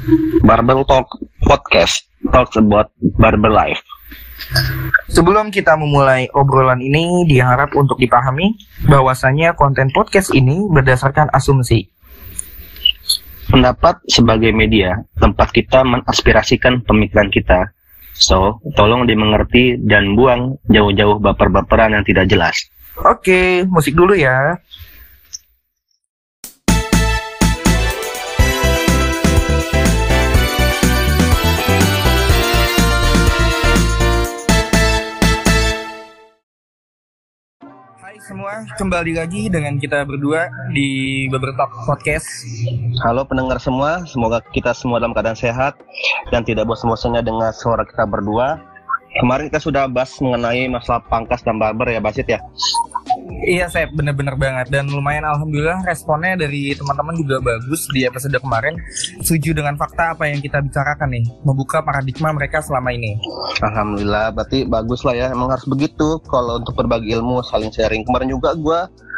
Barber Talk Podcast, talks about barber life. Sebelum kita memulai obrolan ini, diharap untuk dipahami bahwasanya konten podcast ini berdasarkan asumsi. Pendapat sebagai media, tempat kita mengaspirasikan pemikiran kita. So, tolong dimengerti dan buang jauh-jauh baper-baperan yang tidak jelas. Oke, musik dulu ya. Hai semua, kembali lagi dengan kita berdua di Barber Talk Podcast. Halo pendengar semua, semoga kita semua dalam keadaan sehat dan tidak bosan-bosannya dengan suara kita berdua. Kemarin kita sudah bahas mengenai masalah pangkas dan barber ya, Basit ya? Iya, Sep, bener-bener banget. Dan lumayan alhamdulillah responnya dari teman-teman juga bagus di episode kemarin. Setuju dengan fakta apa yang kita bicarakan nih, membuka paradigma mereka selama ini. Alhamdulillah, berarti bagus lah ya. Emang harus begitu kalau untuk berbagi ilmu, saling sharing. Kemarin juga gue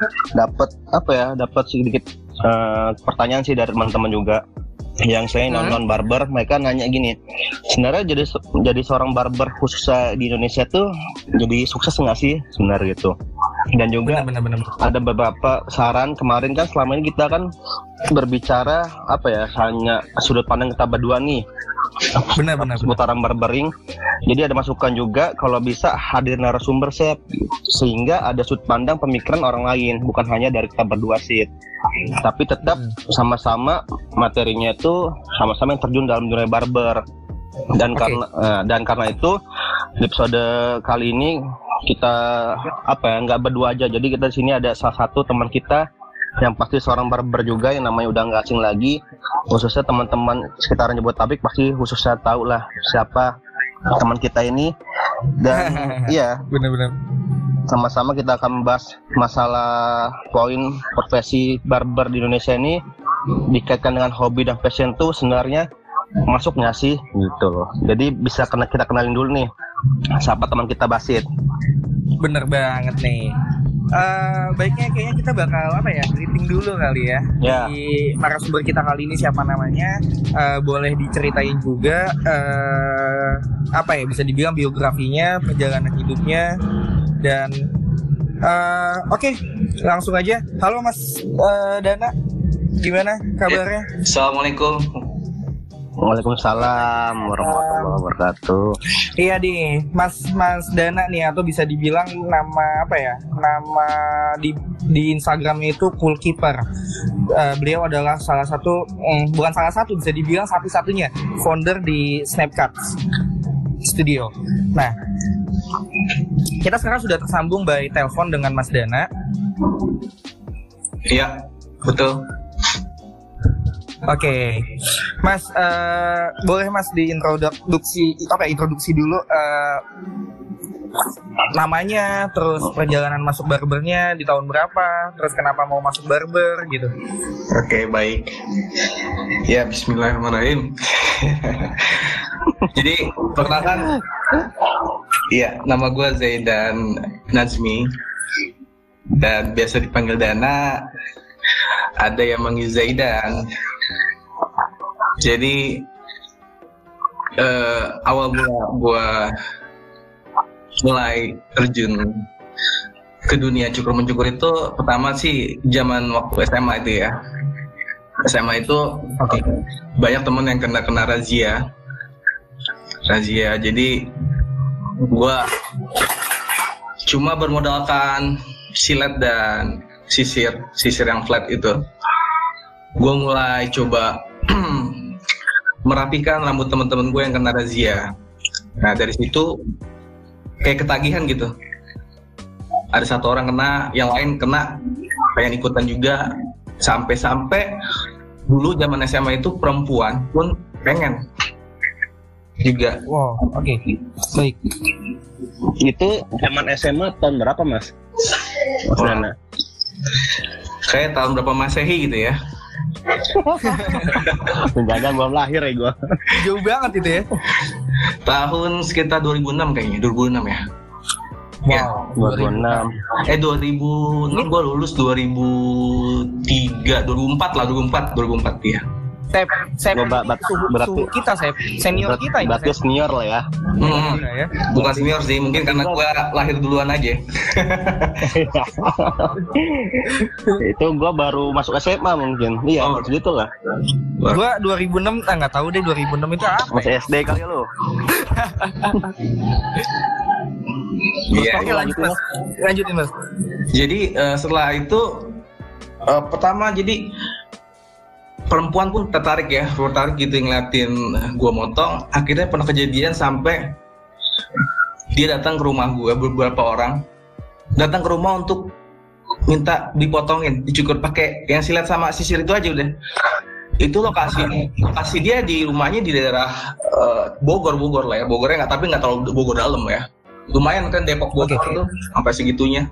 dapat sedikit pertanyaan sih dari teman-teman juga yang saya non barber. Mereka nanya gini, sebenarnya jadi seorang barber khususnya di Indonesia tuh jadi sukses nggak sih sebenarnya gitu. Dan juga bener. Ada beberapa saran. Kemarin kan selama ini kita kan berbicara hanya sudut pandang kita berdua nih, benar. Seputaran barbering. Jadi ada masukan juga kalau bisa hadir narasumber sehingga ada sudut pandang pemikiran orang lain, bukan hanya dari kita berdua sih. Tapi tetap sama-sama materinya itu sama-sama yang terjun dalam dunia barber. Dan karena itu di episode kali ini kita nggak berdua aja. Jadi kita di sini ada salah satu teman kita yang pasti seorang barber juga yang namanya udah nggak asing lagi. Khususnya teman-teman sekitaran Jabodetabek pasti khususnya tahu lah siapa teman kita ini. Dan iya, benar-benar sama-sama kita akan membahas masalah poin profesi barber di Indonesia ini dikaitkan dengan hobi dan passion tuh sebenarnya masuk nggak sih gitu loh. Jadi bisa kita kenalin dulu nih siapa teman kita, Basit. Bener banget nih. Baiknya kayaknya kita bakal briefing dulu kali ya. Di narasumber kita kali ini siapa namanya, boleh diceritain juga bisa dibilang biografinya, perjalanan hidupnya, dan oke, langsung aja. Halo Mas Dana, gimana kabarnya? Assalamualaikum. Waalaikumsalam warahmatullahi wabarakatuh. Iya nih, Mas Dana nih, atau bisa dibilang nama di Instagramnya itu Cool Keeper. Beliau adalah bisa dibilang satu-satunya founder di Snapcut Studio. Nah, kita sekarang sudah tersambung by telepon dengan Mas Dana. Iya, betul. Oke, Mas, boleh Mas introduksi dulu namanya, terus perjalanan masuk barbernya di tahun berapa, terus kenapa mau masuk barber gitu. Oke, baik. Ya, bismillahirrahmanirrahim. Jadi, perkenalkan, iya, nama gue Zaidan Nazmi dan biasa dipanggil Dana. Ada yang manggil Zaidan. Jadi awal gua mulai terjun ke dunia cukur-mencukur itu pertama sih zaman waktu SMA itu ya. SMA itu banyak temen yang kena razia. Jadi gua cuma bermodalkan silet dan sisir yang flat itu. Gua mulai coba merapikan rambut teman-teman gue yang kena razia. Nah dari situ kayak ketagihan gitu. Ada satu orang kena, yang lain kena, pengen ikutan juga. Sampai dulu zaman SMA itu perempuan pun pengen juga. Wow, oke. Baik. Itu zaman SMA tahun berapa, Mas? Dana? Kayak tahun berapa Masehi gitu ya. Jangan belum lahir ya gue. Jauh banget itu ya. Tahun sekitar 2006 kayaknya, 2006 ya. Wow, 2006. 2006 gue lulus 2003, 2004 ya. Sep Gua suhu kita, Sep. Senior kita ini. Berarti Sep. senior lah ya. Ya. Bukan senior sih, mungkin karena gue lahir duluan aja. Itu gua baru masuk SMA mungkin. Iya, segitu lah. Gua 2006, nggak tahu deh 2006 itu apa. Masih SD kali lu. Iya. Oke, lanjutin Mas. Jadi setelah itu pertama jadi perempuan pun tertarik gitu ngeliatin gua motong. Akhirnya pernah kejadian sampai dia datang ke rumah gua, beberapa orang datang ke rumah untuk minta dipotongin, dicukur pakai yang silet sama sisir itu aja udah. Itu lokasi dia di rumahnya di daerah Bogor lah ya. Bogornya tapi nggak terlalu Bogor dalam ya. Lumayan kan Depok Bogor tuh sampai segitunya.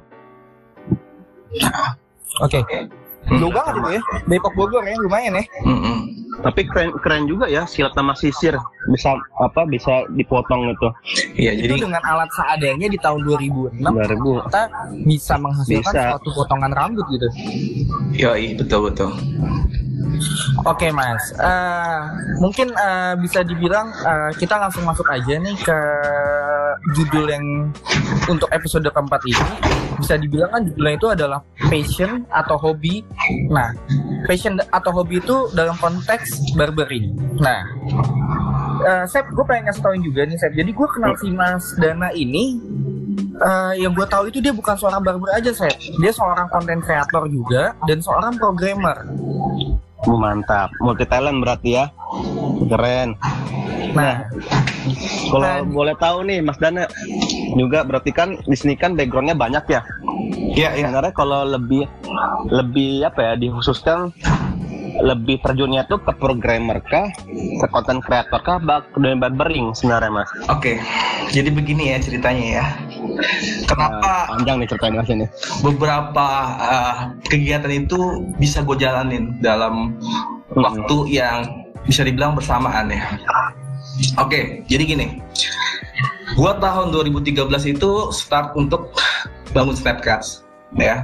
Oke. Jauh banget itu ya. Depok Bogor ya, lumayan ya. Tapi keren juga ya, silat sama sisir bisa dipotong itu. Iya, Itu jadi dengan alat seadanya di tahun 2006 kita bisa menghasilkan suatu potongan rambut gitu. iya betul. Oke Mas, mungkin bisa dibilang kita langsung masuk aja nih ke judul yang untuk episode keempat ini. Bisa dibilang kan judulnya itu adalah passion atau hobi. Nah, passion atau hobi itu dalam konteks barbering. Nah, Sep, gue pengen ngasih tauin juga nih Sep. Jadi gue kenal si Mas Dana ini, yang gue tahu itu dia bukan seorang barber aja Sep. Dia seorang content creator juga dan seorang programmer. Mantap, multi talent berarti ya. Keren. Nah, kalau boleh tahu nih Mas Dana juga berarti kan di sini kan backgroundnya banyak ya. Iya. Sebenarnya kalau lebih apa ya dikhususkan lebih terjunnya tuh ke programmer kah, ke content creator kah, ke barbering sebenarnya Mas? Oke. Jadi begini ya ceritanya ya. Kenapa panjang nih ceritanya Mas ini. beberapa kegiatan itu bisa gue jalanin dalam waktu yang bisa dibilang bersamaan ya. Oke, jadi gini. Gua tahun 2013 itu start untuk bangun Snapcast ya.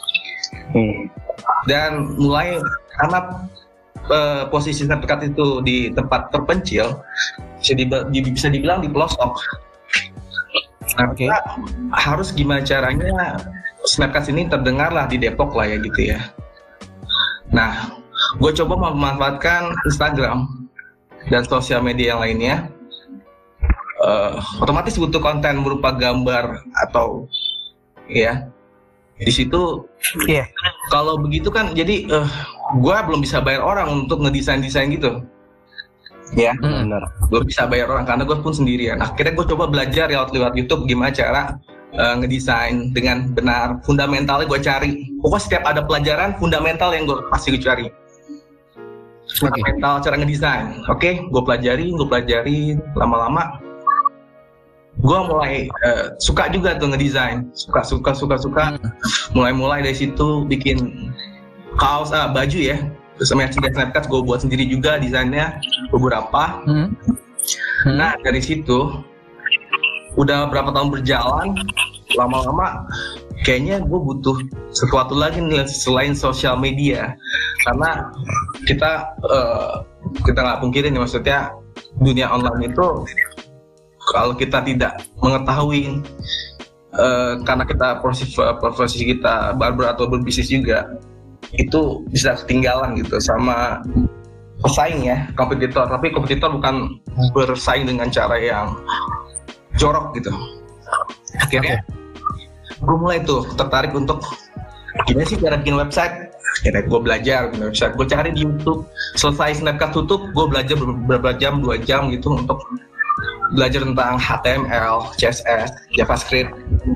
Dan mulai karena posisi Snapcast itu di tempat terpencil, bisa dibilang di pelosok. Nah, kita harus gimana caranya Snapcast ini terdengar lah di Depok lah ya gitu ya. Nah, gue coba memanfaatkan Instagram dan sosial media yang lainnya. Otomatis butuh konten berupa gambar atau ya di situ. Kalau begitu kan jadi gue belum bisa bayar orang untuk ngedesain gitu. Ya, benar. Belum bisa bayar orang karena gue pun sendirian. Akhirnya gue coba belajar lewat YouTube gimana cara ngedesain dengan benar. Fundamentalnya gue cari. Pokoknya setiap ada pelajaran fundamental yang gue pasti gue cari. Fundamental cara ngedesain. Oke, gue pelajari lama-lama. Gue mulai suka juga tuh ngedesain. Suka. Mulai dari situ bikin kaos, baju ya. Terus merchandise Snapchat gue buat sendiri juga desainnya beberapa. Nah dari situ udah berapa tahun berjalan, lama-lama kayaknya gue butuh sesuatu lagi nih selain sosial media, karena kita nggak pungkirin ya, maksudnya dunia online itu kalau kita tidak mengetahui karena kita profesi kita barber atau berbisnis juga, itu bisa ketinggalan gitu sama pesaing ya, kompetitor. Tapi kompetitor bukan bersaing dengan cara yang jorok gitu. Akhirnya gue mulai tuh tertarik untuk gimana sih cara bikin website. Akhirnya gue belajar bikin website, gue cari di YouTube. Selesai Snapchat tutup, gue belajar beberapa jam, 2 jam gitu untuk belajar tentang HTML, CSS, JavaScript.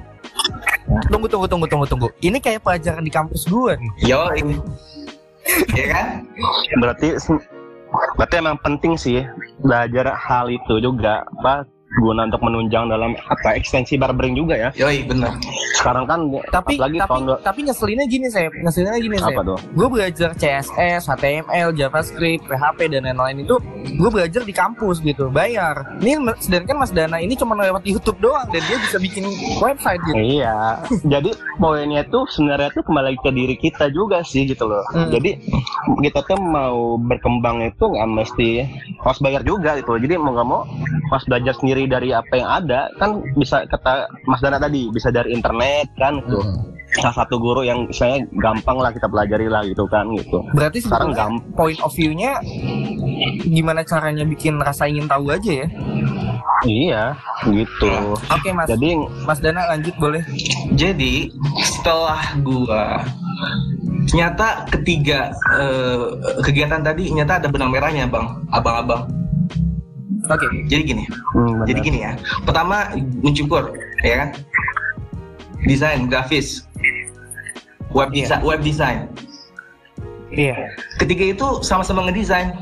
Tunggu. Ini kayak pelajaran di kampus gue nih. Yo, ini. Iya kan? Berarti emang penting sih belajar hal itu juga, guna untuk menunjang dalam ekstensi barbering juga ya. Yoi, benar. Sekarang kan Tapi ngeselinnya gini saya. Apa tuh? Gue belajar CSS, HTML, JavaScript, PHP dan lain-lain itu gue belajar di kampus gitu, bayar. Ini sedangkan Mas Dana ini cuma lewat YouTube doang dan dia bisa bikin website gitu. Iya. Jadi poinnya tuh sebenarnya tuh kembali ke diri kita juga sih gitu loh. Jadi kita tuh mau berkembang itu nggak mesti harus bayar juga gitu. Jadi mau nggak mau harus belajar sendiri dari apa yang ada, kan bisa kata Mas Dana tadi, bisa dari internet kan gitu. Salah satu guru yang saya gampang lah kita pelajari lah gitu kan gitu. Berarti sekarang point of view-nya gimana caranya bikin rasa ingin tahu aja ya? Iya gitu. Oke Mas. Jadi Mas Dana lanjut boleh. Jadi setelah gua ternyata ketiga kegiatan tadi ternyata ada benang merahnya bang, abang-abang. Oke. Jadi gini ya. Pertama mencukur, ya kan? Desain grafis, web design. Iya. Ketiga itu sama-sama ngedesain.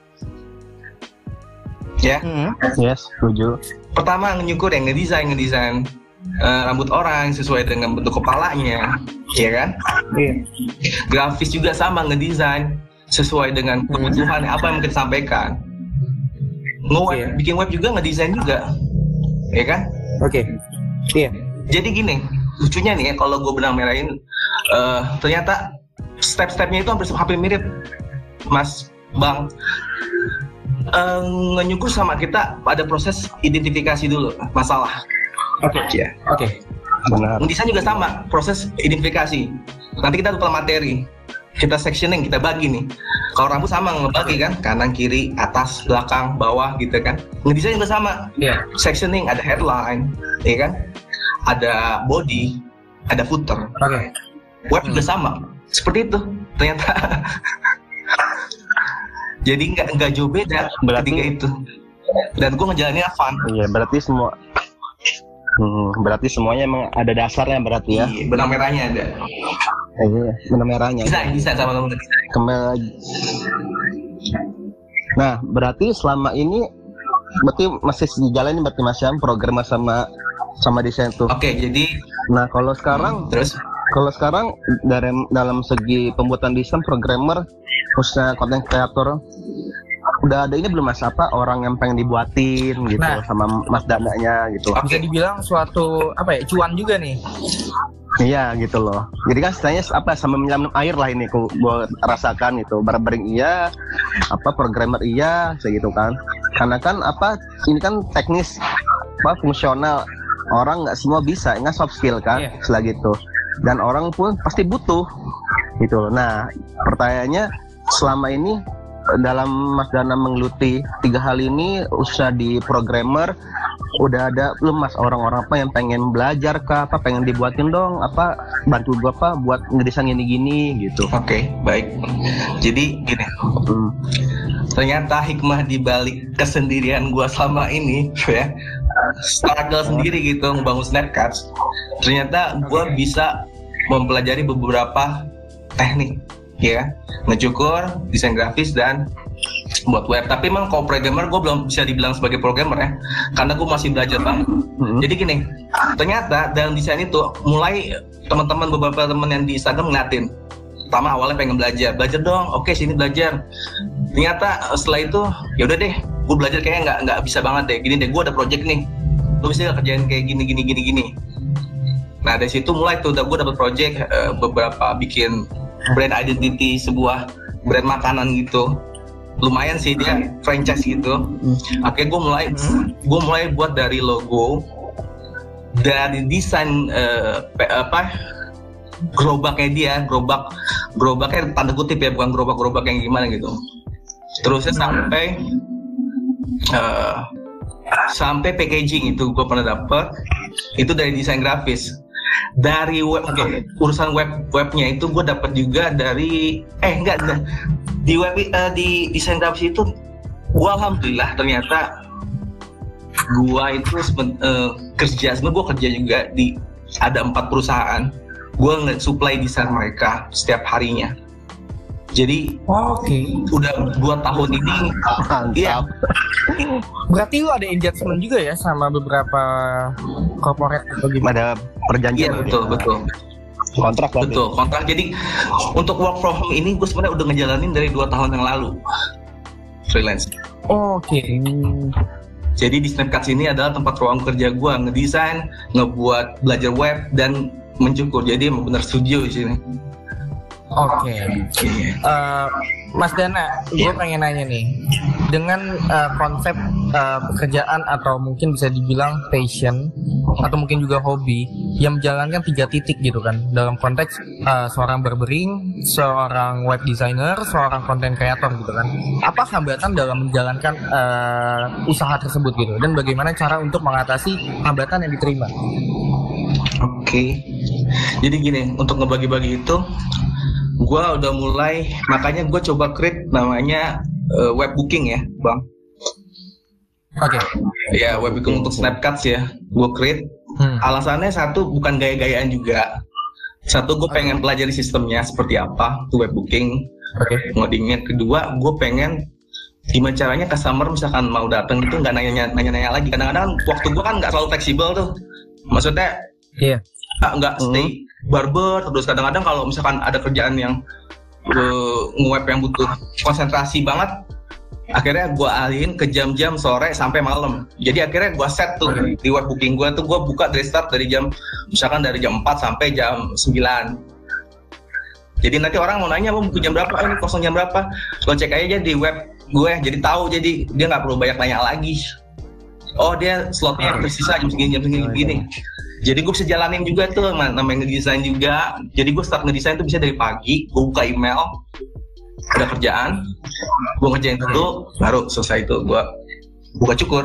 Ya. Yes, setuju. Pertama nyukur yang ngedesain rambut orang sesuai dengan bentuk kepalanya, ya kan? Iya. Grafis juga sama ngedesain sesuai dengan kebutuhan apa yang kita sampaikan. Bikin web juga ngedesain juga, ya kan? Oke. Iya. Jadi gini, lucunya nih ya kalau gue benang merahin, ternyata step-stepnya itu hampir mirip, Mas Bang. Ngenyukur sama kita pada proses identifikasi dulu masalah. Oke. Ya. Oke. Benar. Desain juga sama, proses identifikasi. Nanti kita tulis materi, kita sectioning, kita bagi nih. Kalau rambut sama ngebagi kan, kanan, kiri, atas, belakang, bawah gitu kan. Ngedesain juga sama. Iya. Sectioning, ada headline, ya kan? Ada body, ada footer. Oke. Web juga sama, seperti itu ternyata. Jadi nggak jauh beda ketiga itu. Dan gue ngejalaninnya fun. Iya, berarti semuanya emang ada dasarnya berarti ya. Iya, benang merahnya ada. Iya, benang merahnya. Desain sama teman-teman. Kembali lagi. Nah, berarti selama ini masih dijalanin berarti Mas Syam program sama desain tuh. Oke, jadi kalau sekarang Kalau sekarang dalam segi pembuatan desain programmer khususnya content creator udah ada ini belum Mas, orang yang pengen dibuatin gitu sama Mas Dananya gitu. Bisa dibilang suatu cuan juga nih. Iya gitu loh. Jadi kan istilahnya sama menyelam air lah ini gue rasakan itu. Barbering iya, programmer iya, segitu kan. Karena kan ini kan teknis, fungsional. Orang nggak semua bisa, nggak soft skill kan, setelah gitu. Dan orang pun pasti butuh gitu loh. Nah, pertanyaannya selama ini dalam Mas Dana menggeluti 3 hal ini usaha di programmer, udah ada belum Mas orang-orang yang pengen belajar pengen dibuatin dong bantu gua buat ngedesain gini-gini gitu. Oke, baik. Jadi gini. Ternyata hikmah di balik kesendirian gua selama ini ya, struggle sendiri gitu ngebangun Snapcats. Ternyata gua bisa mempelajari beberapa teknik ya, ngecukur, desain grafis dan buat web. Tapi emang kalau programmer gue belum bisa dibilang sebagai programmer ya, karena gue masih belajar banget. Jadi gini, ternyata dalam desain itu mulai beberapa teman yang di Instagram ngeliatin. Pertama awalnya pengen belajar dong, oke sini belajar. Ternyata setelah itu ya udah deh, gue belajar kayaknya nggak bisa banget deh. Gini deh, gue ada project nih, lu bisa gak kerjain kayak gini. Nah dari situ mulai tuh gue dapet project beberapa bikin brand identity sebuah brand makanan gitu. Lumayan sih dia franchise gitu. Akhirnya gue mulai buat dari logo, dari desain gerobaknya dia, gerobaknya tanda kutip ya, bukan gerobak yang gimana gitu. Terusnya sampai packaging itu gue pernah dapet, itu dari desain grafis. Dari urusan webnya itu gue dapat juga dari di desain grafis itu gue alhamdulillah ternyata gue itu kerja juga di ada 4 perusahaan. Gue nge-supply desain mereka setiap harinya. Jadi udah 2 tahun ini. Iya. Berarti lu ada engagement juga ya sama beberapa corporate atau gimana? Ada perjanjian. Iya betul. Kontrak berarti. Betul, kontrak. Jadi untuk work from home ini gue sebenarnya udah ngejalanin dari 2 tahun yang lalu. Freelance. Jadi di Snapcats ini adalah tempat ruang kerja gue, ngedesain, ngebuat belajar web dan mencukur. Jadi emang bener studio di sini. Mas Dana, gue pengen nanya nih, dengan konsep pekerjaan atau mungkin bisa dibilang passion atau mungkin juga hobi yang menjalankan 3 titik gitu kan, dalam konteks seorang barbering, seorang web designer, seorang content creator gitu kan, apa hambatan dalam menjalankan usaha tersebut gitu, dan bagaimana cara untuk mengatasi hambatan yang diterima? Jadi gini, untuk ngebagi-bagi itu gue udah mulai, makanya gue coba create namanya web booking ya bang. Ya web booking untuk Snapcats ya, gue create. Alasannya satu, bukan gaya-gayaan juga. Satu, gue pengen pelajari sistemnya seperti apa tuh web booking, ngodingnya. Kedua, gue pengen gimana caranya customer misalkan mau datang itu nggak nanya-nanya lagi. Kadang-kadang waktu gue kan nggak selalu fleksibel tuh, maksudnya nggak stay barber terus. Kadang-kadang kalau misalkan ada kerjaan yang nge-web yang butuh konsentrasi banget, akhirnya gue alihin ke jam-jam sore sampai malam. Jadi akhirnya gue set tuh di web booking gue tuh, gue buka dari start dari jam, misalkan dari jam 4 sampai jam 9. Jadi nanti orang mau nanya, mau buku jam berapa, ini kosong jam berapa, lo cek aja di web gue, jadi tahu. Jadi dia nggak perlu banyak nanya lagi, oh dia slotnya tersisa jam segini. Jadi gue bisa jalanin juga tuh, namanya ngedesain juga. Jadi gue start ngedesain tuh bisa dari pagi, gue buka email, ada kerjaan, gue ngerjain dulu, baru selesai itu gue buka cukur.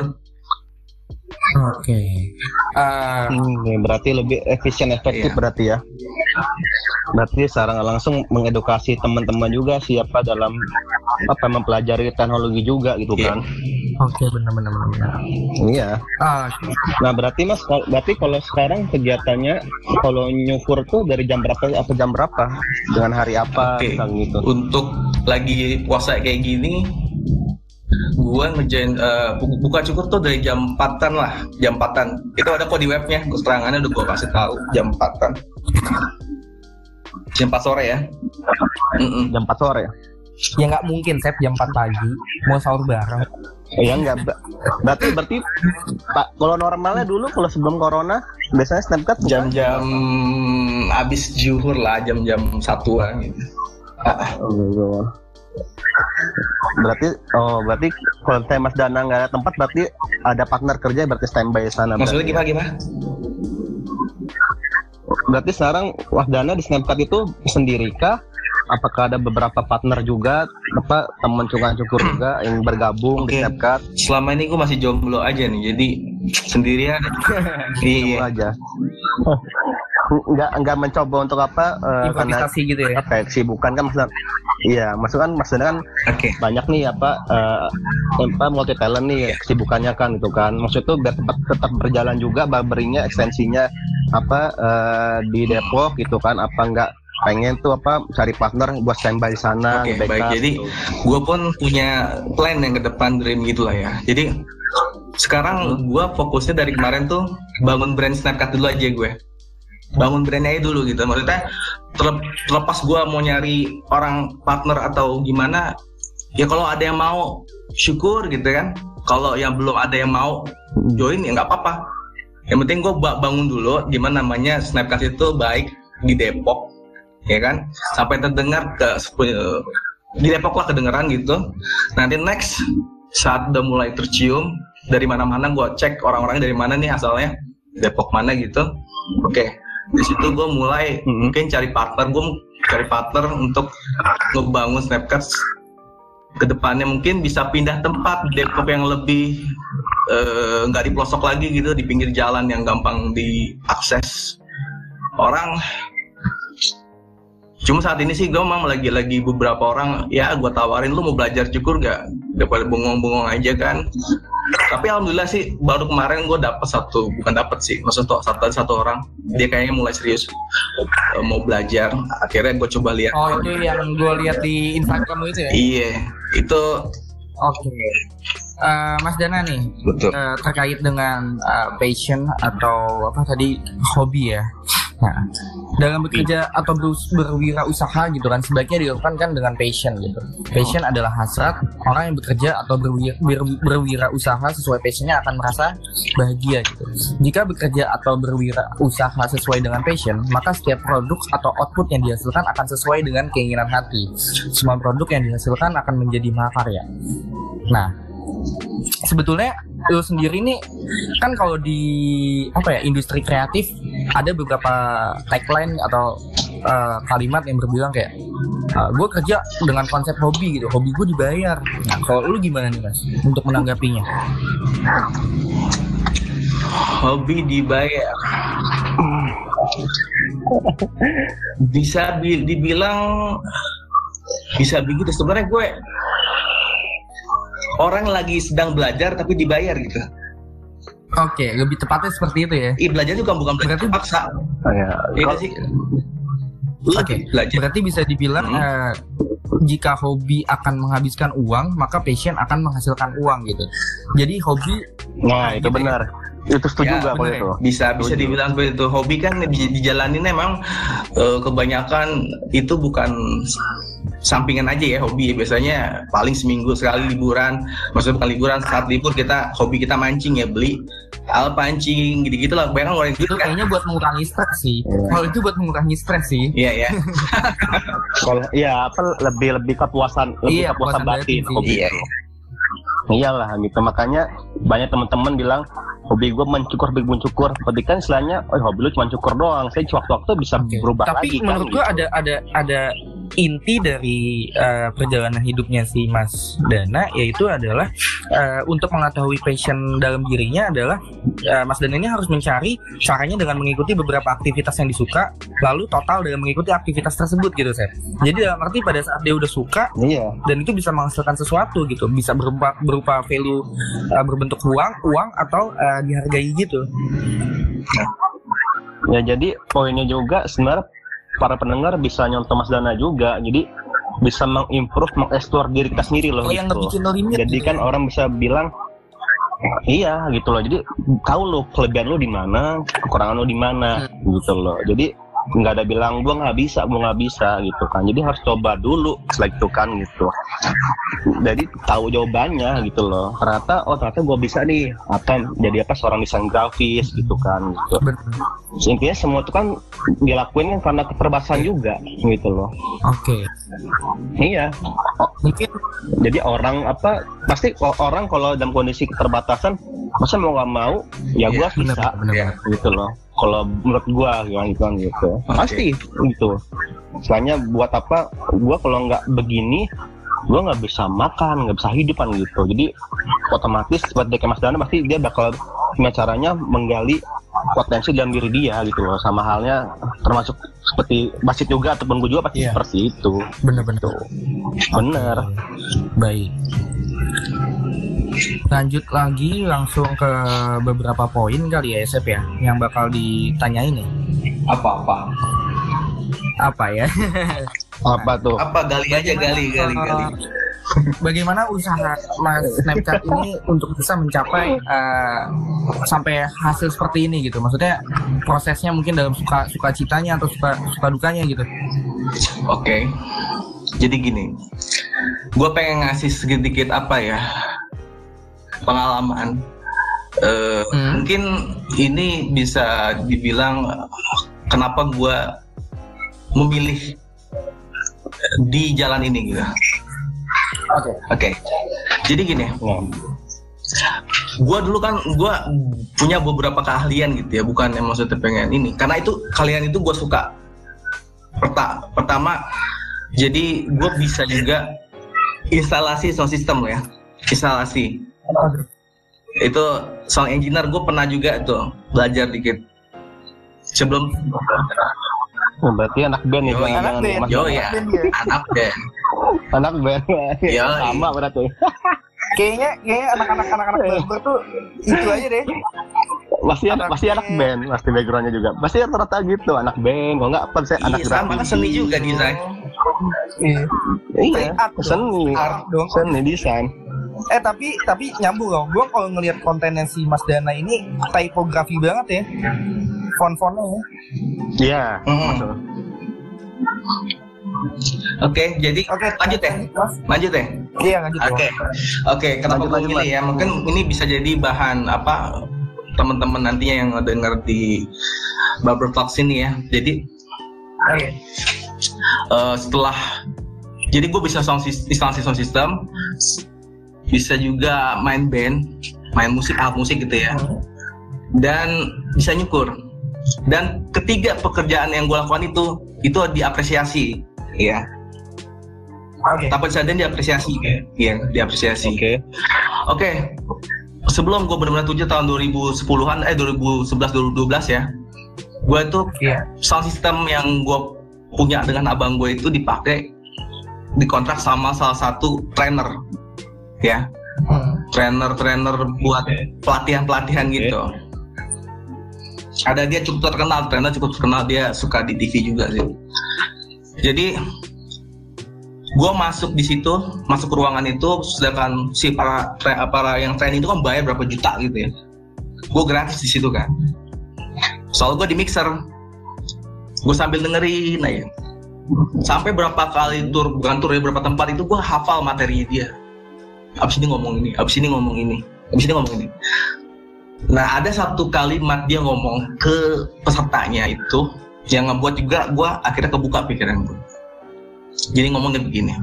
Berarti lebih efisien, efektif berarti ya. Berarti secara langsung mengedukasi teman-teman juga siapa dalam mempelajari teknologi juga gitu kan. Benar. Iya. Nah berarti mas, kalau sekarang kegiatannya kalau nyukur tuh dari jam berapa atau jam berapa, dengan hari apa gitu? Untuk lagi puasa kayak gini, gue ngerjain buka cukur tuh dari jam 4-an lah, jam 4-an. Itu ada kok di webnya, keterangannya udah gue kasih tahu, jam 4-an. Jam 4 sore ya. Jam 4 sore ya? Ya nggak mungkin, Sep, jam 4 pagi mau sahur bareng. Ya enggak, berarti Pak, kalau normalnya dulu kalau sebelum corona biasanya Snapchat jam-jam abis zuhur lah, jam-jam 1-an gitu. Berarti kalau Mas Dana nggak ada tempat, berarti ada partner kerja, berarti standby sana. Maksudnya gimana? Berarti sekarang Mas Dana di Snapchat itu sendiri kah? Apakah ada beberapa partner juga, teman cukur juga yang bergabung di Snapchat? Selama ini gue masih jomblo aja nih, jadi sendirian. Iya aja. Enggak mencoba untuk improvisasi gitu ya? Bukan kan maksudnya. Iya, maksudnya kan banyak nih multi talent nih kesibukannya kan gitu kan. Maksud itu biar tetap berjalan juga barberingnya, ekstensinya di Depok gitu kan. Apa enggak pengen tuh cari partner buat standby di sana. Baik. Jadi gue pun punya plan yang ke depan, dream gitulah ya. Jadi sekarang gue fokusnya dari kemarin tuh bangun brand Snapchat dulu aja gue. Bangun brandnya dulu gitu. Maksudnya terlepas gue mau nyari orang partner atau gimana, ya kalau ada yang mau syukur gitu kan. Kalau yang belum ada yang mau join ya nggak apa-apa. Yang penting gue bangun dulu gimana namanya Snapchat itu baik di Depok, ya kan, sampai terdengar di Depok lah kedengeran gitu. Nanti next saat udah mulai tercium dari mana-mana, gue cek orang-orangnya dari mana nih asalnya, Depok mana gitu. Di situ gue mulai mungkin cari partner untuk ngebangun Snapchat ke depannya. Mungkin bisa pindah tempat di Depok yang lebih nggak di pelosok lagi gitu, di pinggir jalan yang gampang diakses orang. Cuma saat ini sih gue memang lagi beberapa orang ya gue tawarin, lu mau belajar cukur gak? Udah pada bengong-bengong aja kan. Tapi alhamdulillah sih baru kemarin gue bukan dapet sih, maksudnya satu orang dia kayaknya mulai serius mau belajar. Akhirnya gue coba lihat. Oh, itu yang gue lihat di Instagram itu ya? Iya, itu. Oke. Mas Dana nih, terkait dengan passion atau apa tadi, hobi ya. Nah, dalam bekerja atau berwirausaha gitu kan, sebaiknya dilakukan kan dengan passion gitu. Passion adalah hasrat. Orang yang bekerja atau berwirausaha sesuai passionnya akan merasa bahagia gitu. Jika bekerja atau berwirausaha sesuai dengan passion, maka setiap produk atau output yang dihasilkan akan sesuai dengan keinginan hati. Semua produk yang dihasilkan akan menjadi mahakarya. Nah, sebetulnya lu sendiri nih kan kalau di industri kreatif ada beberapa tagline atau kalimat yang berbilang kayak gue kerja dengan konsep hobi gitu, hobi gue dibayar. Nah, kalau lu gimana nih Mas untuk menanggapinya? Hobi dibayar bisa dibilang bisa begitu. Sebenarnya gue orang lagi sedang belajar tapi dibayar gitu. Oke, lebih tepatnya seperti itu ya. Belajar juga bukan belajar terpaksa. Iya sih. Oke, berarti bisa dibilang jika hobi akan menghabiskan uang, maka passion akan menghasilkan uang gitu. Jadi hobi. Nah, itu benar. Itu setuju juga kalau itu. Bisa dibilang seperti itu. Hobi kan dijalanin memang kebanyakan itu bukan sampingan aja ya, hobi biasanya paling seminggu sekali liburan. Maksudnya bukan liburan, saat libur hobi kita mancing ya, beli alat pancing gitu-gitu lah. Bayangkan orang itu kayaknya buat mengurangi stres sih. Kalau itu buat mengurangi stres sih. Iya ya. Kalau lebih kepuasan batin hobi. Iya. Iyalah gitu, makanya banyak teman-teman bilang hobi gue mencukur. Berarti kan istilahnya, hobi lu cuma cukur doang. Saya waktu-waktu bisa berubah tapi lagi. Tapi menurut gue ada inti dari perjalanan hidupnya si Mas Dana, yaitu adalah untuk mengetahui passion dalam dirinya adalah Mas Dana ini harus mencari caranya dengan mengikuti beberapa aktivitas yang disuka, lalu total dengan mengikuti aktivitas tersebut gitu, Seth. Jadi dalam arti pada saat dia udah suka, dan itu bisa menghasilkan sesuatu gitu, bisa berupa value berbentuk uang atau dihargai gitu. Ya, jadi poinnya juga sebenarnya para pendengar bisa nyontoh Mas Dana juga, jadi bisa mengeksplor diri kita sendiri loh. Yang ngebikin limit. Jadi gitu kan ya? Orang bisa bilang iya gitu loh. Jadi tahu lo kelebihan lo di mana, kekurangan lo di mana gitu loh. Jadi nggak ada bilang gue nggak bisa gitu kan. Jadi harus coba dulu setelah itu kan gitu. Jadi tahu jawabannya gitu loh. Ternyata gue bisa nih jadi seorang desain grafis gitu kan gitu. Intinya semua itu kan dilakuin kan karena keterbatasan juga gitu loh. Oke. Iya. Mungkin jadi pasti orang kalau dalam kondisi keterbatasan masa mau nggak mau ya gue bisa gitu loh. Kalau menurut gua gitu. Pasti gitu. Soalnya buat apa? Gua kalau nggak begini, gua nggak bisa makan, nggak bisa hidupan gitu. Jadi otomatis seperti kayak Mas Dana pasti dia bakal punya caranya menggali potensi dalam diri dia gitu loh. Sama halnya termasuk seperti Basit juga ataupun gua juga pasti seperti itu. Bener. Baik. Lanjut lagi langsung ke beberapa poin kali ya Sep ya, yang bakal ditanyain nih. Apa ya? Apa tuh? Gali. Bagaimana usaha Mas Snapchat ini untuk bisa mencapai sampai hasil seperti ini gitu? Maksudnya prosesnya mungkin dalam suka citanya atau suka dukanya gitu. Oke. Jadi gini, gue pengen ngasih sedikit pengalaman. Mungkin ini bisa dibilang kenapa gue memilih di jalan ini gitu. Oke. Jadi gini, gue dulu kan punya beberapa keahlian gitu ya, bukan yang maksudnya pengen ini. Karena itu keahlian itu gue suka. Pertama, jadi gue bisa juga instalasi sound system ya, itu sound engineer. Gue pernah juga tuh belajar dikit sebelum. Berarti anak band ya? Anak band. Anak band. Ya. Sama berarti. Kayaknya anak-anak barber tuh itu aja deh. Pasti anak band, pasti backgroundnya juga. Pasti rata-rata gitu, anak band, kalau nggak apa sih anak sama kan seni juga desain. Iya, seni desain. Tapi nyambung loh. Gue kalau ngelihat kontennya si Mas Dana ini typografi banget ya, font-fontnya ya. Iya. Oke, jadi lanjut ya. Iya lanjut. Oke. Kenapa gue milih ya? Mungkin ini bisa jadi bahan apa teman-teman nantinya yang dengar di Barber Talks ini ya. Jadi setelah jadi gue bisa instalasi sound system, bisa juga main band, main musik, alat musik gitu ya, dan bisa nyukur. Dan ketiga pekerjaan yang gue lakukan itu diapresiasi, ya. Tanpa sadar diapresiasi, ya, diapresiasi. Oke. Sebelum gue benar-benar 7 tahun 2010-an, 2011-2012 ya, gue tuh sound system yang gue punya dengan abang gue itu dipakai, dikontrak sama salah satu trainer, ya, trainer buat pelatihan gitu. Ada dia cukup terkenal, dia suka di TV juga sih. Jadi gue masuk di situ, masuk ke ruangan itu, sedangkan si para yang training itu kan bayar berapa juta gitu ya. Gue gratis di situ kan. Soalnya gue di mixer, gue sambil dengerin aja. Sampai berapa kali bukan tur ya, berapa tempat itu gue hafal materi dia. Abis ini ngomong ini, abis ini ngomong ini. Nah ada satu kalimat dia ngomong ke pesertanya itu yang ngebuat juga gue akhirnya kebuka pikiran gue. Jadi ngomongnya begini,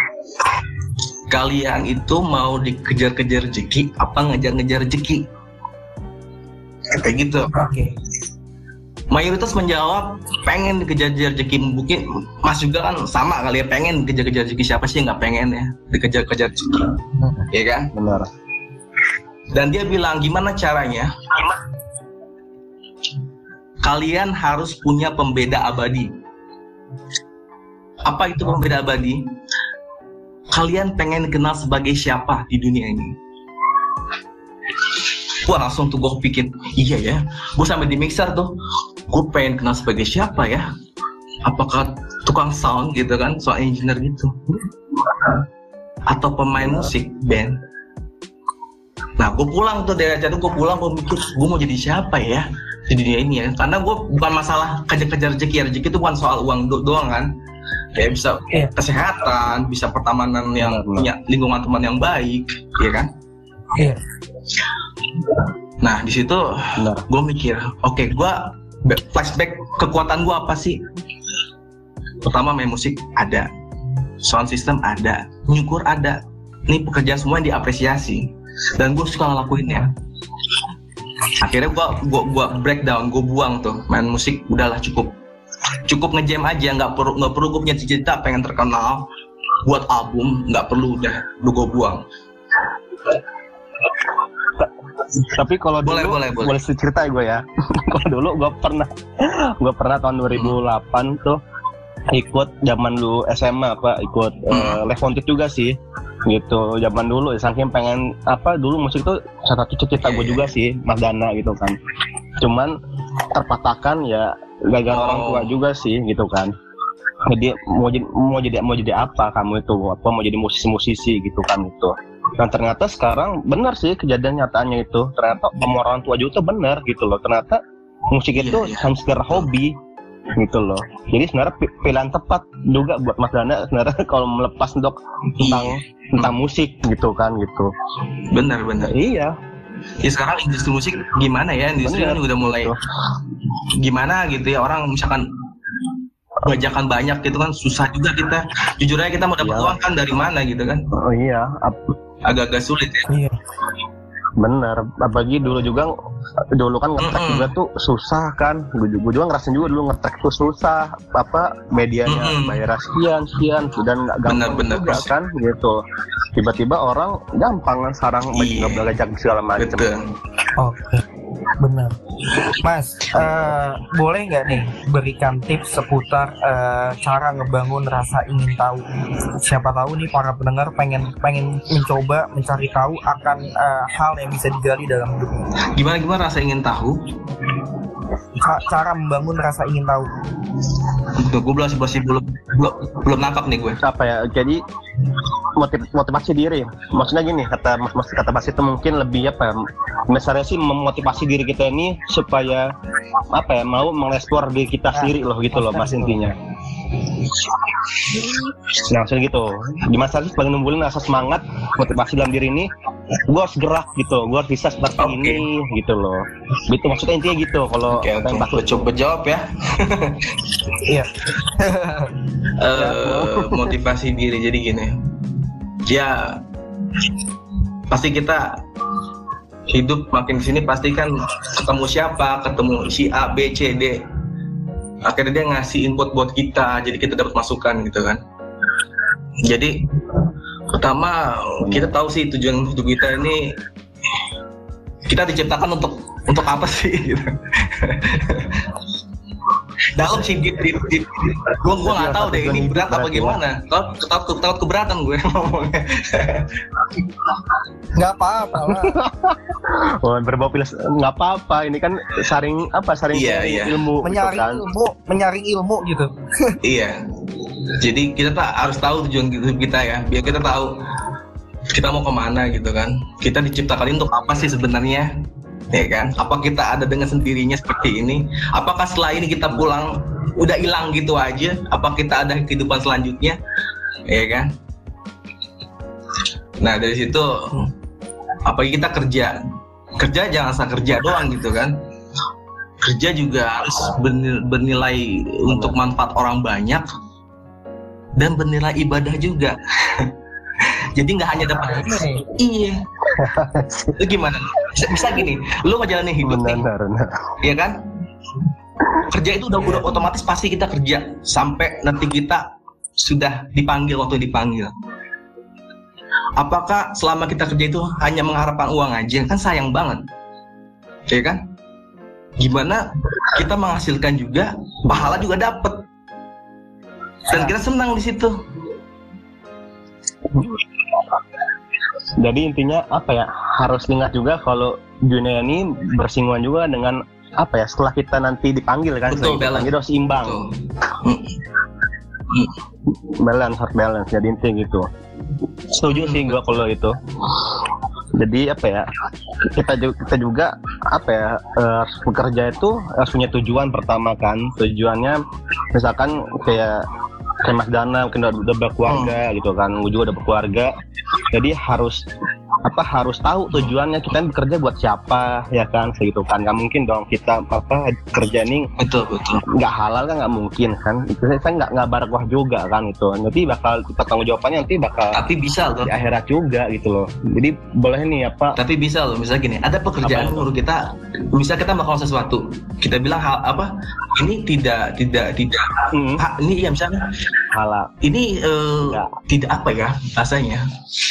kalian itu mau dikejar-kejar rezeki apa ngejar-ngejar rezeki? Kayak gitu. Mayoritas menjawab pengen dikejar-kejar rezeki. Mungkin Mas juga kan sama kali ya, pengen dikejar-kejar rezeki. Siapa sih nggak pengen ya dikejar-kejar rezeki? Iya kan? Benar. Dan dia bilang gimana caranya? Kalian harus punya pembeda abadi. Apa itu pembeda abadi? Kalian pengen dikenal sebagai siapa di dunia ini? Wah langsung tuh gue pikir, iya ya, gue sampai di mixer tuh, gue pengen kenal sebagai siapa ya? Apakah tukang sound gitu kan, sound engineer gitu, atau pemain musik band? Nah gue pulang tuh dari acara, gue mikir gue mau jadi siapa ya di dunia ini ya? Karena gue bukan masalah kejar-kejar rezeki itu bukan soal uang doang kan. Kayak bisa kesehatan, bisa pertemanan yang punya lingkungan teman yang baik, ya kan? Iya. Nah di situ gue mikir, oke, gue flashback kekuatan gue apa sih? Pertama main musik ada, sound system ada, nyukur ada. Ini pekerjaan semua yang diapresiasi dan gue suka ngelakuinnya. Akhirnya gue breakdown, gue buang tuh main musik, udahlah cukup ngejam aja, nggak perlu gue punya cita-cita pengen terkenal buat album, nggak perlu, udah gue buang. Tapi kalau dulu boleh cerita gue ya. Kalau dulu gue pernah tahun 2008 tuh ikut zaman dulu SMA ikut Levontit juga sih gitu. Zaman dulu saking pengen dulu musik tuh salah satu cita-cita gue juga sih, Mas Dana gitu kan. Cuman terpatahkan ya gagal orang tua juga sih gitu kan. Jadi mau jadi apa kamu itu, mau jadi musisi gitu kan gitu. Dan ternyata sekarang benar sih kejadian nyatanya itu, ternyata orang tua juga tuh benar gitu loh. Ternyata musik itu hanya sekedar hobi gitu loh. Jadi sebenarnya pilihan tepat juga buat Mas Dana sebenarnya kalau melepas untuk tentang musik gitu kan gitu. Benar. Iya. Ya sekarang industri musik gimana ya, industri ini udah mulai gimana gitu ya, orang misalkan bajakan banyak gitu kan, susah juga kita, jujur aja kita mau dapat uang kan dari mana gitu kan. Oh iya, agak-agak sulit ya. Iya. Bener, apalagi dulu kan ngetrack juga tuh susah kan. Gue juga ngerasain juga dulu ngetrack tuh susah, medianya bayar sekian dan nggak gampang juga kan gitu. Tiba-tiba orang gampang sekarang belajar segala macam. Oke. Benar, Mas. Boleh nggak nih berikan tips seputar cara ngebangun rasa ingin tahu? Siapa tahu nih para pendengar pengen mencoba mencari tahu akan hal yang bisa digali dalam hidup. Gimana rasa ingin tahu? Cara membangun rasa ingin tahu. Gue belum nangkap nih gue. Apa ya? Jadi motivasi diri. Maksudnya gini, kata Mas itu mungkin lebih apa? Misalnya sih memotivasi diri kita ini supaya apa ya? Mau mengeksplor diri kita sendiri loh gitu loh Mas intinya. Nah, maksudnya gitu. Gimana sih sebagai numbulin rasa semangat, motivasi dalam diri ini? Gue harus gerak gitu, gue harus bisa seperti ini gitu loh. Gitu maksudnya intinya gitu. Kalau coba jawab ya. Iya. Motivasi diri jadi gini. Ya pasti kita hidup makin kesini pasti kan ketemu siapa, ketemu si A, B, C, D. Akhirnya dia ngasih input buat kita, jadi kita dapat masukan gitu kan. Jadi pertama kita tahu sih tujuan hidup kita ini, kita diciptakan untuk apa sih gitu. Dalam sih gue nggak tahu deh ini berat apa gimana. Takut keberatan gue ngomongnya. Nggak apa-apa lah. Oh, berbau pilas nggak apa-apa. Ini kan saring ilmu. Menyaring ilmu gitu. Iya. Jadi kita harus tahu tujuan hidup kita ya. Biar kita tahu kita mau kemana gitu kan. Kita diciptakan untuk apa sih sebenarnya? Ya kan? Apa kita ada dengan sendirinya seperti ini? Apakah setelah ini kita pulang udah hilang gitu aja? Apa kita ada kehidupan selanjutnya? Ya kan? Nah dari situ, apalagi kita kerja jangan asal kerja doang gitu kan? Kerja juga harus bernilai untuk manfaat orang banyak dan bernilai ibadah juga. Jadi nggak hanya dapat iya. Itu gimana? Bisa gini, lu ngejalanin hidup nih, iya kan? Kerja itu udah otomatis pasti kita kerja sampai nanti kita sudah dipanggil waktu dipanggil. Apakah selama kita kerja itu hanya mengharapkan uang aja? Kan sayang banget, iya kan? Gimana kita menghasilkan juga, pahala juga dapet, dan kita senang di situ. Jadi intinya apa ya, harus ingat juga kalau dunia ini bersinggungan juga dengan apa ya, setelah kita nanti dipanggil kan. Betul, jadi harus imbang. Harus balance, jadi intinya gitu. Setuju sih gua kalau itu. Jadi apa ya, kita juga apa ya, harus bekerja itu harus punya tujuan pertama kan. Tujuannya misalkan kayak Mas Dana mungkin udah berkeluarga gitu kan, gue juga udah berkeluarga, jadi harus tahu tujuannya kita bekerja buat siapa ya kan, segitu kan. Nggak mungkin dong kita kerja nih betul nggak halal kan, nggak mungkin kan, itu saya nggak barakah juga kan itu, nanti bakal tanggung jawabannya nanti bakal tapi bisa loh di akhirat juga gitu loh. Jadi boleh nih tapi bisa loh, misalnya gini, ada pekerjaan menurut kita, misal kita melakukan sesuatu, kita bilang ini tidak ini ya misalnya halal, ini tidak apa ya bahasanya.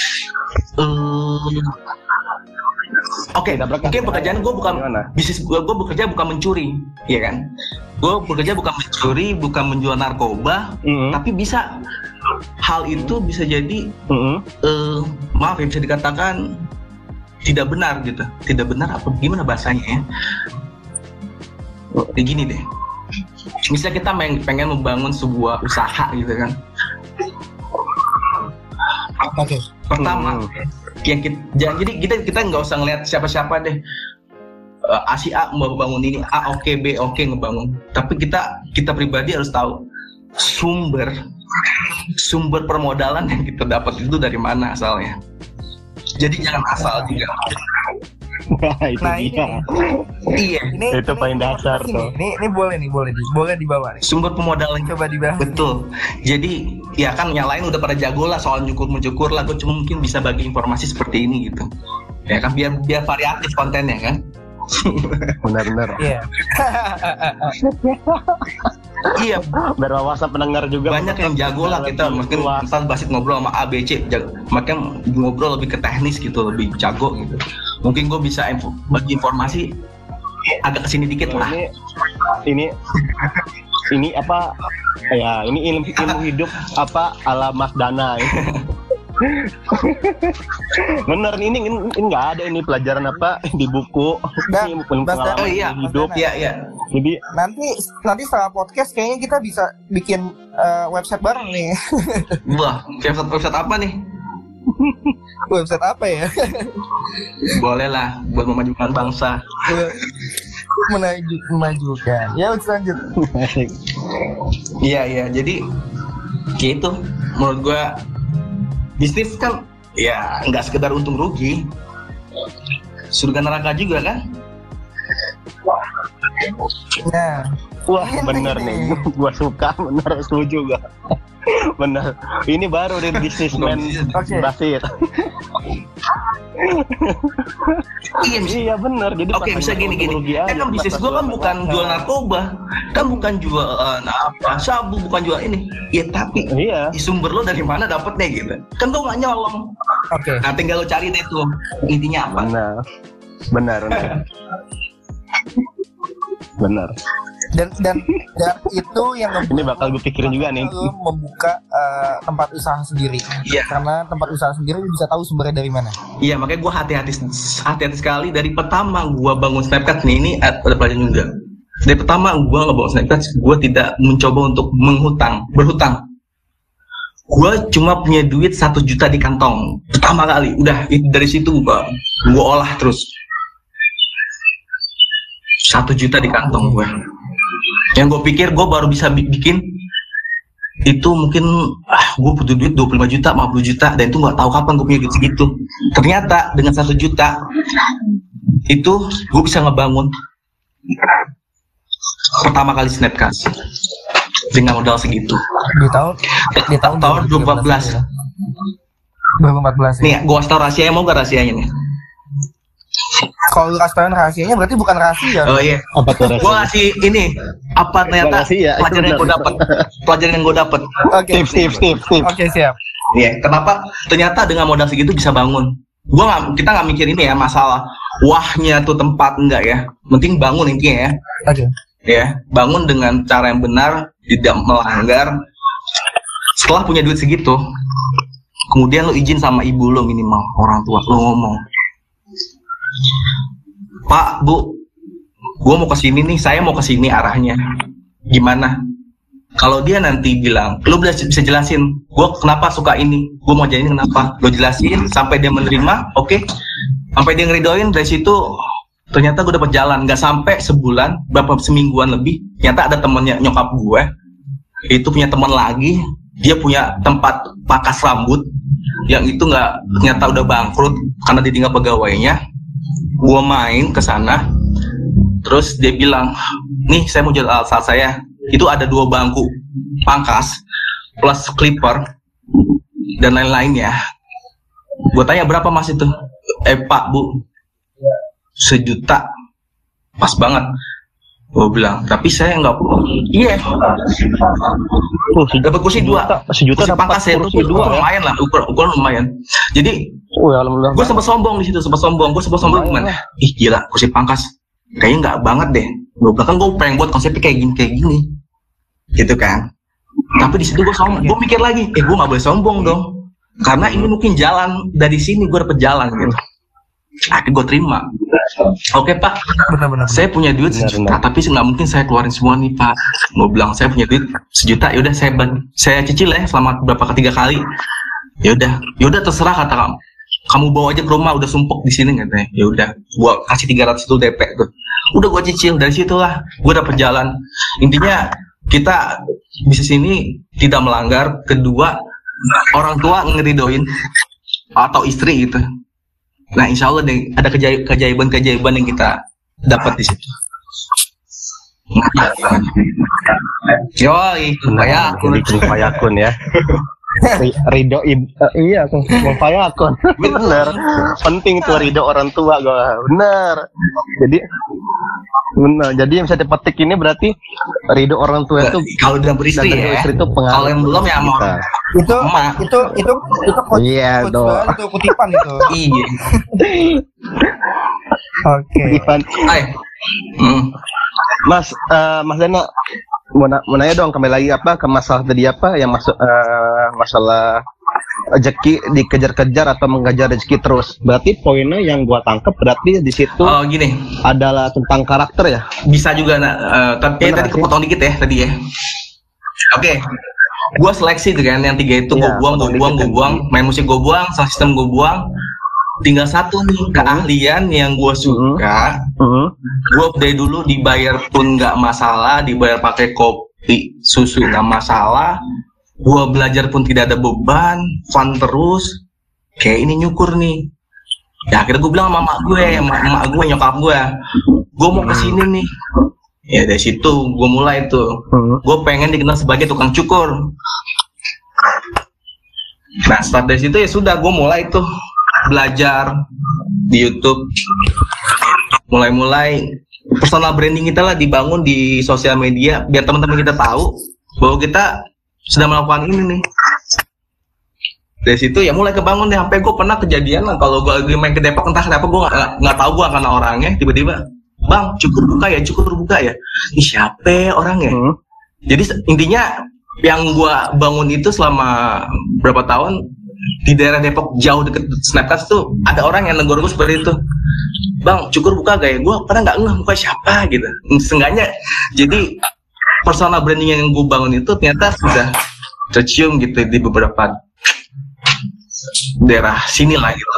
Oke, mungkin pekerjaan gue bukan bisnis, gue bekerja bukan mencuri, ya kan? Gue bekerja bukan mencuri, bukan menjual narkoba, tapi bisa hal itu bisa jadi maaf ya, bisa dikatakan tidak benar gitu, tidak benar apa gimana bahasanya ya? Kayak gini deh, misalnya kita pengen membangun sebuah usaha gitu kan. Oke. Pertama, yang kita nggak usah ngeliat siapa-siapa deh. Si A mau bangun ini, A oke, B oke ngebangun. Tapi kita pribadi harus tahu sumber permodalan yang kita dapat itu dari mana asalnya. Jadi jangan asal juga. Iya. Itu paling dasar tuh. Ini boleh dibawa nih. Sumber pemodalan coba dibahas. Betul. Jadi ya kan yang lain udah pada jago lah soal mencukur lah. Gue cuma mungkin bisa bagi informasi seperti ini gitu. Ya kan biar variatif kontennya kan. Benar-benar. Iya. Iya. Biar wawasan pendengar juga. Banyak yang jago lah kita. Mungkin misal basit ngobrol sama A, B, C. Makin ngobrol lebih ke teknis gitu, lebih jago gitu. Mungkin gue bisa bagi informasi agak kesini dikit lah. Ini apa ya, ini ilmu hidup apa ala Mas Dana ya. Bener, ini nggak ada ini pelajaran apa di buku. Ini pengalaman hidup. Iya. Jadi nanti setelah podcast kayaknya kita bisa bikin website bareng nih. Wah, website apa nih? Website apa ya? Boleh lah, buat memajukan bangsa. Memajukan. Ya, lanjut. Iya, jadi kayak itu menurut gua. Bisnis kan ya nggak sekedar untung rugi, surga neraka juga kan? Nah, wah bener nih, gua suka, bener, setuju gua. Bener, ini baru dari bisnismen Basit. Iya bener, jadi oke, bisa gini. Kan bisnis gua kan bukan jual narkoba, kan bukan jual sabu, bukan jual ini. Ya tapi sumber lo dari mana dapetnya gitu? Kan lo nggak nyolong. Oke. Nah tinggal lo cari deh tuh intinya apa. Benar. Benar. Dan itu yang ini bakal gue pikirin juga nih, membuka tempat usaha sendiri. Iya. Karena tempat usaha sendiri bisa tahu sumbernya dari mana. Iya, makanya gue hati-hati sekali dari pertama gue bangun Snapchat nih. Ini ada pelajaran juga. Dari pertama gue ngebangun Snapchat, gue tidak mencoba untuk berhutang. Gue cuma punya duit 1 juta di kantong pertama kali. Udah dari situ gue olah terus. 1 juta di kantong gue. Yang gue pikir gue baru bisa bikin itu mungkin gue butuh duit 25 juta, 50 juta, dan itu nggak tahu kapan gue punya duit segitu. Ternyata dengan 1 juta itu gue bisa ngebangun pertama kali Snapchat dengan modal segitu. Di tahun 2014. 2014. Nih, gue kasih tau rahasianya, mau gak rahasianya nih? Kalau lu kasih tau rahasianya berarti bukan rahasia. Oh iya. Apa tuh rahasianya? Gue kasih ini apa ternyata pelajaran yang gue dapet. Oke. Tips. Oke, siap. Iya, kenapa ternyata dengan modal segitu bisa bangun? Kita nggak mikir ini ya masalah wahnya tuh tempat, enggak ya. Penting bangun intinya ya. Oke. Ya, bangun dengan cara yang benar, tidak melanggar. Setelah punya duit segitu, kemudian lo izin sama ibu lo, minimal orang tua lo ngomong, Pak, Bu, gue mau kesini nih, saya mau kesini arahnya, gimana? Kalau dia nanti bilang, lo bisa jelasin, gue kenapa suka ini, gue mau jadi kenapa, lo jelasin sampai dia menerima, oke? Sampai dia ngeridoin, dari situ ternyata gue dapet jalan, nggak sampai sebulan, semingguan lebih, ternyata ada temennya nyokap gue, itu punya teman lagi, dia punya tempat pangkas rambut, yang itu ternyata udah bangkrut karena ditinggal pegawainya. Gue main ke sana, terus dia bilang, nih saya mau jual alat saya, itu ada 2 bangku pangkas plus clipper dan lain-lainnya. Gue tanya berapa mas itu? Pak, Bu, 1 juta, pas banget. Gue bilang, tapi saya nggak. Iya. Dapat kursi 2. 1 juta kursi pangkas ya, itu lumayan lah, ukuran lumayan. Jadi, gue sempat sombong di situ, Gue gimana? Ih gila, kursi pangkas, kayaknya nggak banget deh. Gue bilang kan gue pengen buat konsepnya kayak gini, gitu kan. Tapi di situ gue sombong, gue mikir lagi, gue nggak boleh sombong dong, karena ini mungkin jalan dari sini gue dapet jalan gitu. Akhirnya gue terima. Oke Pak, benar. Saya punya duit 1 juta, tapi nggak mungkin saya keluarin semua nih Pak. Gue bilang saya punya duit 1 juta, yaudah saya cicil ya selama 3 kali. Yaudah terserah kata kamu. Kamu bawa aja ke rumah, udah sumpuk di sini katanya. Yaudah, gue kasih 300 itu DP tuh. Udah gue cicil, dari situlah gue dapet jalan. Intinya kita bisnis ini tidak melanggar. Kedua, orang tua ngeridoin atau istri gitu. Nah, insya Allah deh, ada kejaiban yang kita dapat di situ. Yoi, Fayakun ya. Ridho iya, Fayakun. Bener. Penting tuh ridho orang tua, bener. Jadi yang bisa dipetik ini berarti ridho orang tua itu kalau udah beristri ya. Itu kalau yang belum ya mau. Itu iya dong. Itu kutipan itu. Iya. Oke. Kutipan. Mas Dana mau nanya dong kembali lagi ke masalah tadi yang masuk masalah rezeki dikejar-kejar atau mengejar rezeki terus. Berarti poinnya yang gua tangkap berarti di situ gini adalah tentang karakter ya. Bisa juga tapi tadi kepotong dikit ya tadi ya. Oke. Gua seleksi tuh kan yang 3 itu gue buang, main musik gue buang, sound system gue buang. Tinggal satu nih keahlian yang gue suka. Gue dari dulu dibayar pun nggak masalah, dibayar pakai kopi susu nggak masalah. Gue belajar pun tidak ada beban, fun terus. Kayak ini nyukur nih. Ya akhirnya gue bilang sama emak gue, nyokap gue mau kesini nih. Ya dari situ gue mulai tuh. Gue pengen dikenal sebagai tukang cukur. Nah start dari situ ya sudah gue mulai tuh belajar di YouTube. Mulai personal branding kita lah dibangun di sosial media biar teman-teman kita tahu bahwa kita sedang melakukan ini nih. Dari situ ya mulai kebangun deh. Sampai gue pernah kejadian lah kalau gue lagi main ke Depok entah kenapa gue nggak tahu gue karena orangnya tiba-tiba, "Bang, cukur buka ya." Ini siapa orangnya? Jadi intinya yang gua bangun itu selama berapa tahun di daerah Depok jauh deket Snapchat tuh ada orang yang negor gue seperti itu. "Bang, cukur buka gak ya?" Gua pernah nggak ngeh muka siapa gitu. Seenggaknya jadi personal branding yang gue bangun itu ternyata sudah tercium gitu di beberapa daerah sini lah gitu.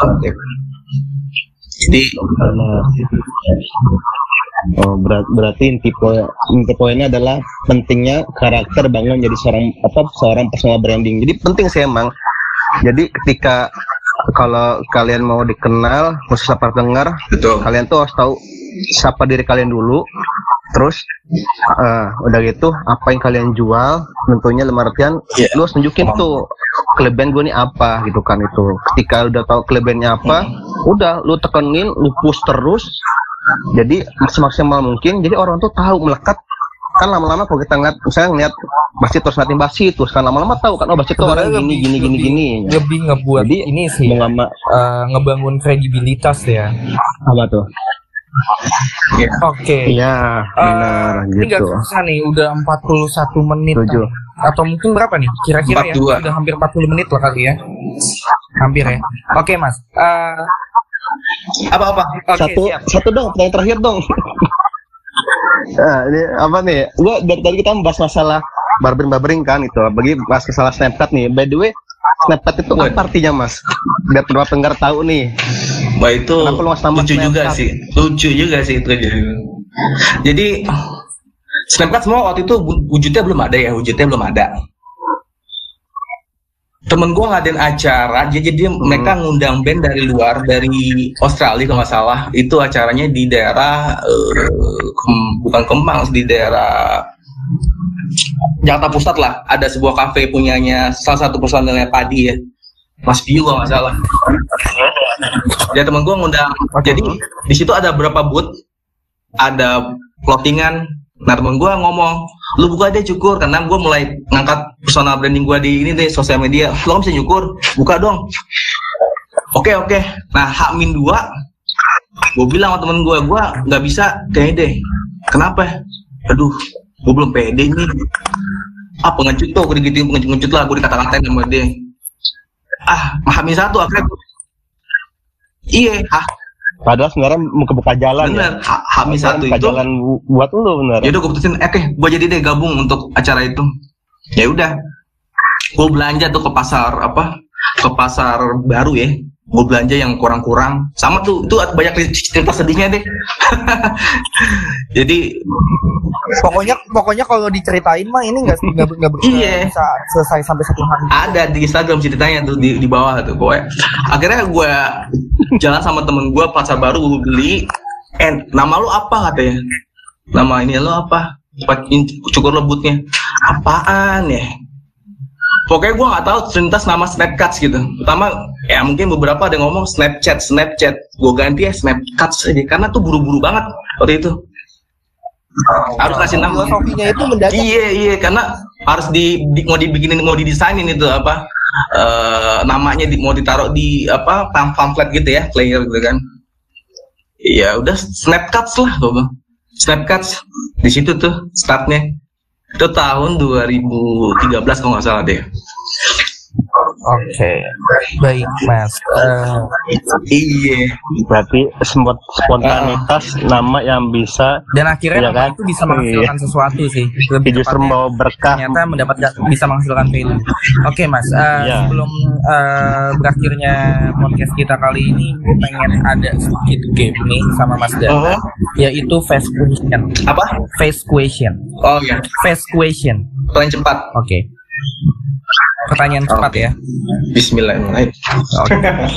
Jadi berarti inti poinnya adalah pentingnya karakter bangun jadi seorang personal branding. Jadi penting sih emang. Jadi ketika kalau kalian mau dikenal, khusus para pendengar, kalian tuh harus tahu siapa diri kalian dulu. Terus udah gitu apa yang kalian jual, tentunya dalam artian lu harus nunjukin tuh kelebihan gue nih apa gitu kan itu. Ketika udah tahu kelebihannya apa, udah lu tekenin, lu push terus. Jadi semaksimal mungkin. Jadi orang tuh tahu melekat. Kan lama-lama kalau kita ngeliat Basit terus ngatin Basit terus kan lama-lama tahu kan Basit tuh orang gini. Lebih ngebuat jadi, ini sih ngebangun kredibilitas ya. Apa tuh? Oke. Iya, benar ini gitu. Ini susah nih, udah 41 menit. Atau mungkin berapa nih? Kira-kira 42. Ya, udah hampir 40 menit lah kali ya. Hampir ya. Oke, Mas. Apa? Okay, satu dong, pertanyaan terakhir dong. Nah, ini apa nih? Gua dari tadi kita membahas masalah barbering kan itu. Bagi bahas masalah Snapchat nih. By the way, Snapchat itu apa artinya, Mas? Biar pendengar tahu nih. Itu lucu juga sih itu. Jadi Snapchat semua waktu itu wujudnya belum ada. Temen gue ngadain acara, jadi mereka ngundang band dari luar, dari Australia kalau nggak salah. Itu acaranya di daerah bukan Kemang, di daerah Jakarta Pusat lah. Ada sebuah kafe punyanya salah satu personelnya Padi ya, Mas Piu kalau nggak salah. Jadi temen gue ngundang. Jadi di situ ada berapa booth, ada clothingan. Nah temen gue ngomong, "Lu buka deh cukur," karena gue mulai ngangkat personal branding gue di ini deh sosial media. "Lu kan bisa nyukur, buka dong." Oke. Nah H-2 gue bilang sama temen gue nggak bisa kayaknya deh. Kenapa? Aduh, gue belum pede nih. Pengecut tuh, gue digituin pengecut lah, gue dikata-katain sama dia. H-1 akhirnya padahal sebenarnya mau kebuka jalan. Bener, H-1 itu jalan buat lu bener. Ya udah gue putusin, gue jadi deh gabung untuk acara itu. Ya udah, gue belanja tuh ke pasar baru ya. Gue belanja yang kurang-kurang. Sama tuh banyak cerita sedihnya deh. Jadi pokoknya kalau diceritain mah ini nggak bisa selesai sampai 1 hari. Ada di Instagram ceritanya tuh di bawah tuh pokoknya. Akhirnya gue jalan sama temen gue pasar baru, gue beli. Nama lu apa katanya? Nama ini lu apa? Cukur lebutnya. Apaan ya? Pokoknya gue nggak tahu terlintas nama Snapchat gitu. Pertama ya mungkin beberapa ada yang ngomong Snapchat. Gue ganti ya Snapchat aja karena tuh buru-buru banget waktu itu. Harus kasih nama. Filosofinya itu mendadak. Iya karena harus mau didesainin itu apa namanya mau ditaruh di pamflet gitu ya, player gitu kan. Iya udah Snapchat lah gue. Snapcuts di situ tuh startnya. Itu tahun 2013 kalau nggak salah deh. Oke, baik Mas. Iya. Berarti spontanitas nama yang bisa Dan akhirnya Iya kan? itu bisa menghasilkan sesuatu sih. Lebih justru tepatnya, membawa berkah. ternyata bisa menghasilkan value. Oke Mas, Iya. sebelum berakhirnya podcast kita kali ini, gue pengen ada sedikit game nih sama Mas Dana, yaitu fast question. Apa? Fast question. Oh ya, Fast question. paling cepat. Oke. Pertanyaan cepat ya. Bismillahirrahmanirrahim. Oke.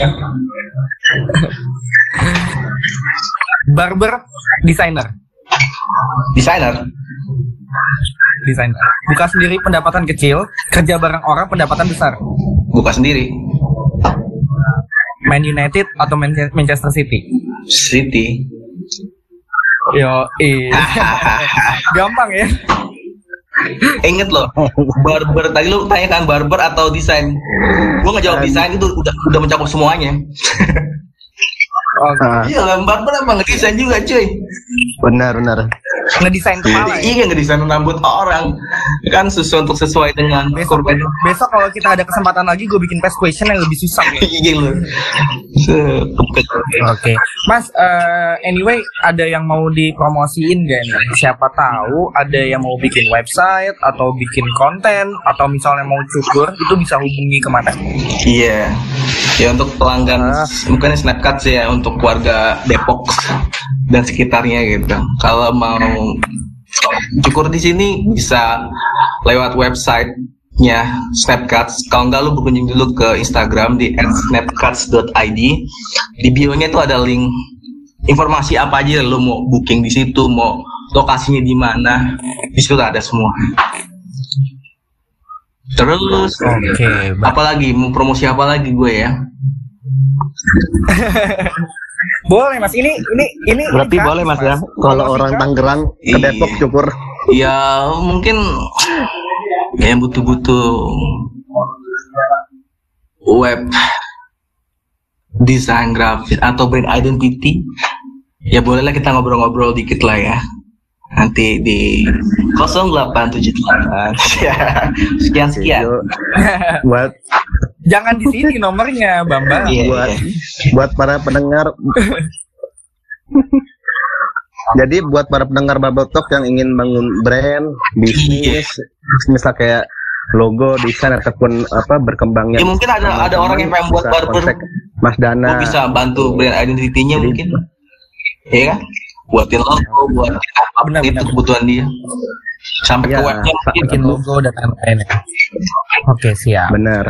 Barber, desainer. Desainer. Buka sendiri pendapatan kecil, kerja bareng orang pendapatan besar. Buka sendiri. Man United atau Manchester City? City. Yo, gampang ya. Ingat loh, barber tadi lu tanya kan barber atau desain. Gua ngejawab desain itu udah mencakup semuanya. Iya lah, barber emang ngedesain juga cuy. Benar. Ngedesain kepala ya. Iya, ngedesain rambut orang kan sesuai dengan Besok kalau kita ada kesempatan lagi, gue bikin fast question yang lebih susah ya. Iya lu. Oke, Mas. Anyway, ada yang mau dipromosiin gak nih? Siapa tahu ada yang mau bikin website atau bikin konten atau misalnya mau cukur, itu bisa hubungi kemana? Iya. Ya untuk pelanggan bukan Snapcuts ya, untuk warga Depok dan sekitarnya gitu. Kalau mau cukur di sini bisa lewat website-nya Snapcuts. Kalau enggak lu berkunjung dulu ke Instagram di @snapcuts.id. Di bio-nya itu ada link informasi apa aja lu mau booking di situ, mau lokasinya di mana. Di situ ada semua. Terus apalagi mau promosi apa lagi gue ya? Boleh Mas, ini Berarti boleh Mas ya, kalau orang Tangerang ke Depok cukur. Ya mungkin ya butuh web desain grafis atau brand identity. Ya bolehlah kita ngobrol-ngobrol dikit lah ya. Nanti di 0878 sekian. Buat jangan di sini nomornya, Bambang. buat para pendengar. Jadi buat para pendengar Bubble Talk yang ingin bangun brand, bisnis, misal kayak logo, desain ataupun apa berkembangnya. Ya mungkin ada orang yang pengen buat barber. Mas Dana. Bisa bantu brand identity-nya mungkin. Iya kan? Buatin logo, buat apa itu kebutuhan dia. Sampai ke webnya bikin logo dan lain-lain. Oke, siap. Benar.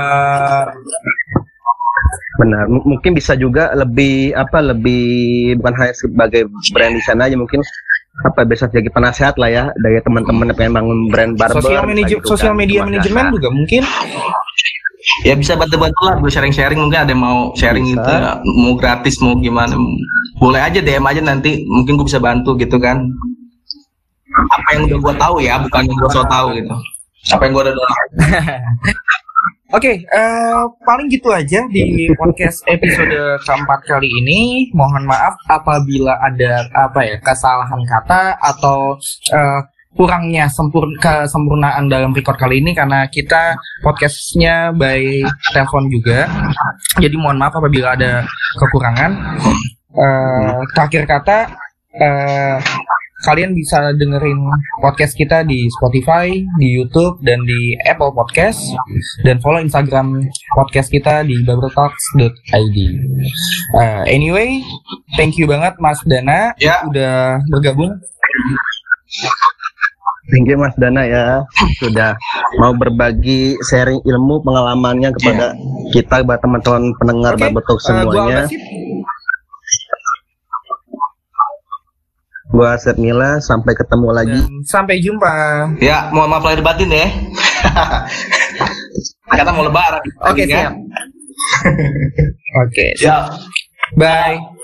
Benar. Mungkin bisa juga lebih bukan hanya sebagai brand di sana aja, mungkin bisa jadi penasehat lah ya dari teman-teman yang pengen bangun brand barber. Sosial media manajemen juga mungkin. Ya bisa bantu-bantu lah, gue sharing-sharing, mungkin ada yang mau sharing gitu ya, mau gratis mau gimana, boleh aja DM aja nanti, mungkin gue bisa bantu gitu kan. Apa yang udah gue tahu ya, bukan yang gue so tahu gitu. Apa yang gue udah tahu. Oke, paling gitu aja di podcast episode keempat kali ini. Mohon maaf apabila ada kesalahan kata atau kurangnya kesempurnaan dalam record kali ini, karena kita podcastnya by telepon juga. Jadi mohon maaf apabila ada kekurangan. Terakhir kata, kalian bisa dengerin podcast kita di Spotify, di YouTube, dan di Apple Podcast. Dan follow Instagram podcast kita di babbletalks.id. Anyway, thank you banget Mas Dana udah bergabung. Thank you Mas Dana ya, sudah mau berbagi sharing ilmu pengalamannya kepada kita, buat teman-teman pendengar Bubble Talk semuanya. Gua Asep Mila, sampai ketemu lagi. Dan sampai jumpa. Ya, mohon maaf lahir batin ya. Kata mau lebaran. Oke, siap. Oke. Siap. Bye.